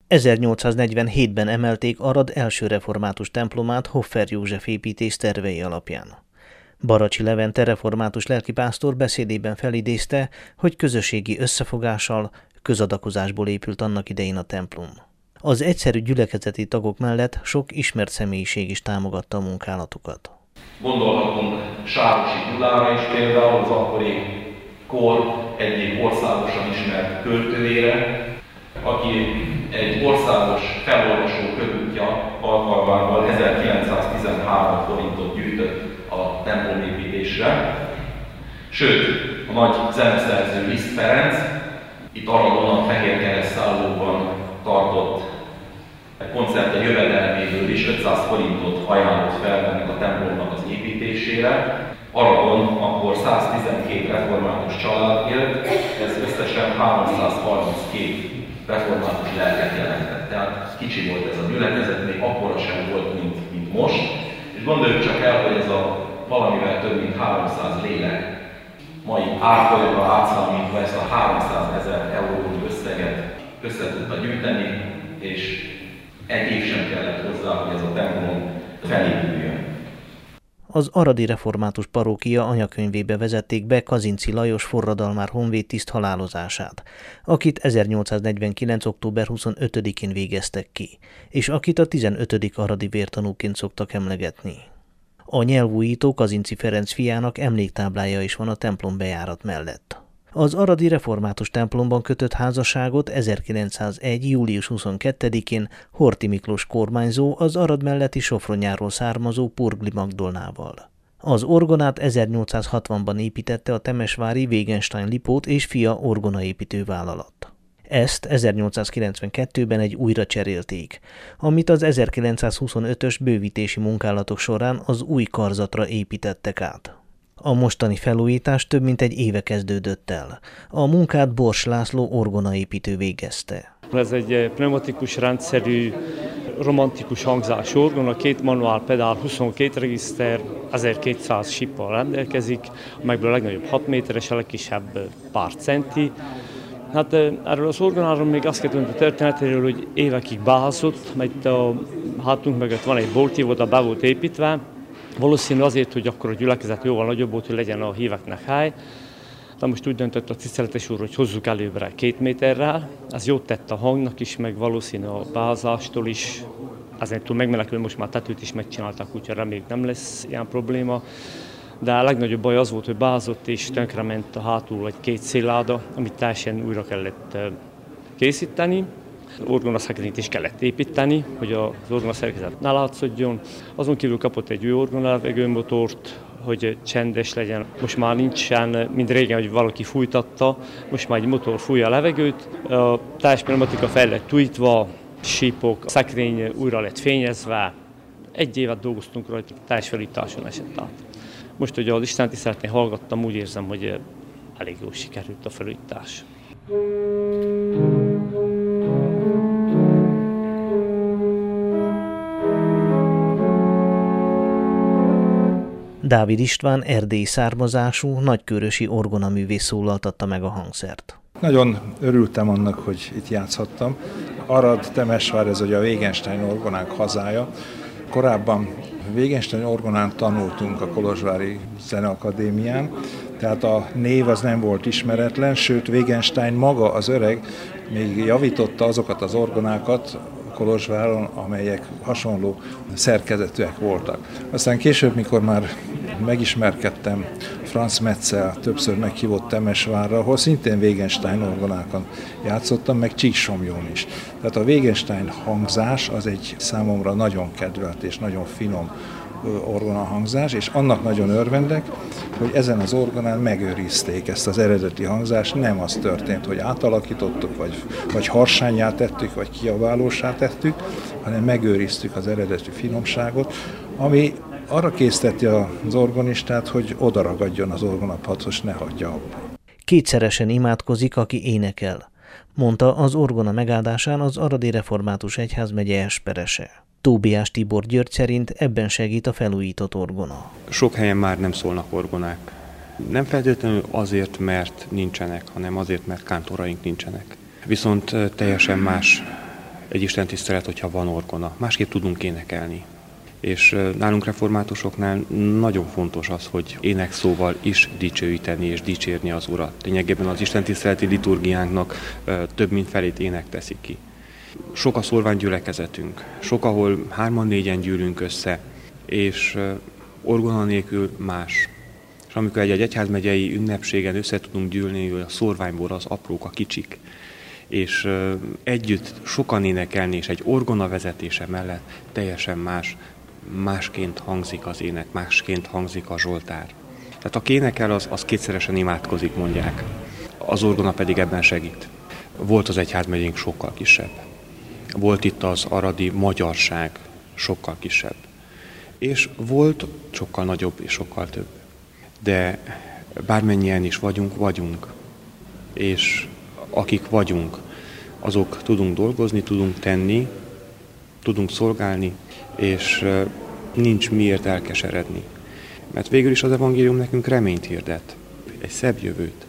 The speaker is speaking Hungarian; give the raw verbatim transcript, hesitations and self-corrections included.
ezernyolcszáznegyvenhétben emelték Arad első református templomát Hoffer József építész tervei alapján. Baracsi Levente református lelkipásztor beszédében felidézte, hogy közösségi összefogással, közadakozásból épült annak idején a templom. Az egyszerű gyülekezeti tagok mellett sok ismert személyiség is támogatta a munkálatokat. Gondolhatunk Sárosi Gyulára is például, az akkori kor egyik országosan ismert költőjére, aki egy országos felolvasó körútja alkalmával ezerkilencszáztizenhárom forintot gyűjtött a templomépítésre. Sőt, a nagy zeneszerző Liszt Ferenc itt Aradon a Fehér Keresztszállóban tartott egy koncertje jövedelméből is ötszáz forintot ajánlott fel ennek a templomnak az építésére. Aradon akkor száztizenkét református család élt, ez összesen háromszázharminckét református lelket jelentett. Tehát kicsi volt ez a gyülekezet, még akkora sem volt, mint, mint most. És gondoljuk csak el, hogy ez a valamivel több mint háromszáz lélek mai árfolyamra átszámítva ezt a háromszázezer eurónyi összeget össze tudta gyűjteni, és egy év sem kellett hozzá, hogy ez a templom felépüljön. Az aradi református parókia anyakönyvébe vezették be Kazinczy Lajos forradalmár honvédtiszt halálozását, akit ezernyolcszáznegyvenkilenc október huszonötödikén végeztek ki, és akit a tizenötödik aradi vértanúként szoktak emlegetni. A nyelvújító Kazinczy Ferenc fiának emléktáblája is van a templom bejárat mellett. Az aradi református templomban kötött házasságot ezerkilencszázegy. július huszonkettedikén Horthy Miklós kormányzó az Arad melletti Sofronyáról származó Purgli Magdolnával. Az orgonát ezernyolcszázhatvanban építette a temesvári Wegenstein Lipót és fia orgonaépítő vállalat. Ezt ezernyolcszázkilencvenkettőben egy újra cserélték, amit az ezerkilencszázhuszonötös bővítési munkálatok során az új karzatra építettek át. A mostani felújítás több mint egy éve kezdődött el. A munkát Bors László orgonaépítő végezte. Ez egy pneumatikus rendszerű, romantikus hangzású orgona, két manuál pedál, huszonkét regiszter, ezerkétszáz sippal rendelkezik, amelyből a legnagyobb hat méteres, a legkisebb pár centi. Hát erről az orgonáról még azt kell tudni a történetéről, hogy évekig bázott, mert a hátunk mögött van egy bolti, oda be volt építve. Valószínű azért, hogy akkor a gyülekezet jóval nagyobb volt, hogy legyen a híveknek hely. De most úgy döntött a tiszteletes úr, hogy hozzuk előbbre két méterrel. Ez jót tett a hangnak is, meg valószínű a bázástól is. Ezen túl megmenekül, most már tetőt is megcsináltak, úgyhogy reméljük nem lesz ilyen probléma. De a legnagyobb baj az volt, hogy bázott és tönkrement a hátul egy két széláda, amit teljesen újra kellett készíteni. Orgonaszekrényt is kellett építeni, hogy az orgonaszerkezet ne látszódjon. Azon kívül kapott egy új orgonalevegőmotort, hogy csendes legyen. Most már nincsen, mint régen, hogy valaki fújtatta, most már egy motor fújja a levegőt. A teljes pneumatika fel lett tújtva, sípok, a szekrény újra lett fényezve. Egy évet dolgoztunk rajta, teljes felújításon esett át. Most, hogy az Isten tiszteletén hallgattam, úgy érzem, hogy elég jól sikerült a felújítás. Dávid István erdélyi származású, nagykőrösi orgonaművész szólaltatta meg a hangszert. Nagyon örültem annak, hogy itt játszhattam. Arad, Temesvár, ez ugye a Wegenstein orgonánk hazája. Korábban Wegenstein orgonán tanultunk a Kolozsvári Zeneakadémián, tehát a név az nem volt ismeretlen, sőt Wegenstein maga az öreg még javította azokat az orgonákat Kolozsváron, amelyek hasonló szerkezetűek voltak. Aztán később, mikor már megismerkedtem Franz Metzel, többször meghívott Temesvárra, ahol szintén Wegenstein orgonákon játszottam, meg Csíksomlyón is. Tehát a Wegenstein hangzás az egy számomra nagyon kedvelt és nagyon finom orgona hangzás, és annak nagyon örvendek, hogy ezen az orgonán megőrizték ezt az eredeti hangzást. Nem az történt, hogy átalakítottuk, vagy, vagy harsányá tettük, vagy kiabálósá tettük, hanem megőriztük az eredeti finomságot, ami arra készteti az orgonistát, hogy odaragadjon az orgonapadhoz, ne hagyja abba. Kétszeresen imádkozik, aki énekel, mondta az orgona megáldásán az Aradi Református Egyházmegye esperese. Tóbiás Tibor György szerint ebben segít a felújított orgona. Sok helyen már nem szólnak orgonák. Nem feltétlenül azért, mert nincsenek, hanem azért, mert kántoraink nincsenek. Viszont teljesen más egy istentisztelet, hogyha van orgona. Másképp tudunk énekelni. És nálunk reformátusoknál nagyon fontos az, hogy énekszóval is dicsőíteni és dicsérni az Urat. Lényegében az istentiszteleti liturgiánknak több mint felét ének teszik ki. Sok a szórványgyülekezetünk, sok, ahol hárman-négyen gyűlünk össze, és orgona nélkül más. És amikor egy-egy egyházmegyei ünnepségen össze tudunk gyűlni, hogy a szórványból az aprók, a kicsik, és együtt sokan énekelni, és egy orgona vezetése mellett teljesen más, másként hangzik az ének, másként hangzik a zsoltár. Tehát aki énekel, az, az kétszeresen imádkozik, mondják. Az orgona pedig ebben segít. Volt az egyházmegyénk sokkal kisebb. Volt itt az aradi magyarság sokkal kisebb. És volt sokkal nagyobb és sokkal több. De bármennyien is vagyunk, vagyunk. És akik vagyunk, azok tudunk dolgozni, tudunk tenni, tudunk szolgálni, és nincs miért elkeseredni. Mert végül is az evangélium nekünk reményt hirdet, egy szebb jövőt.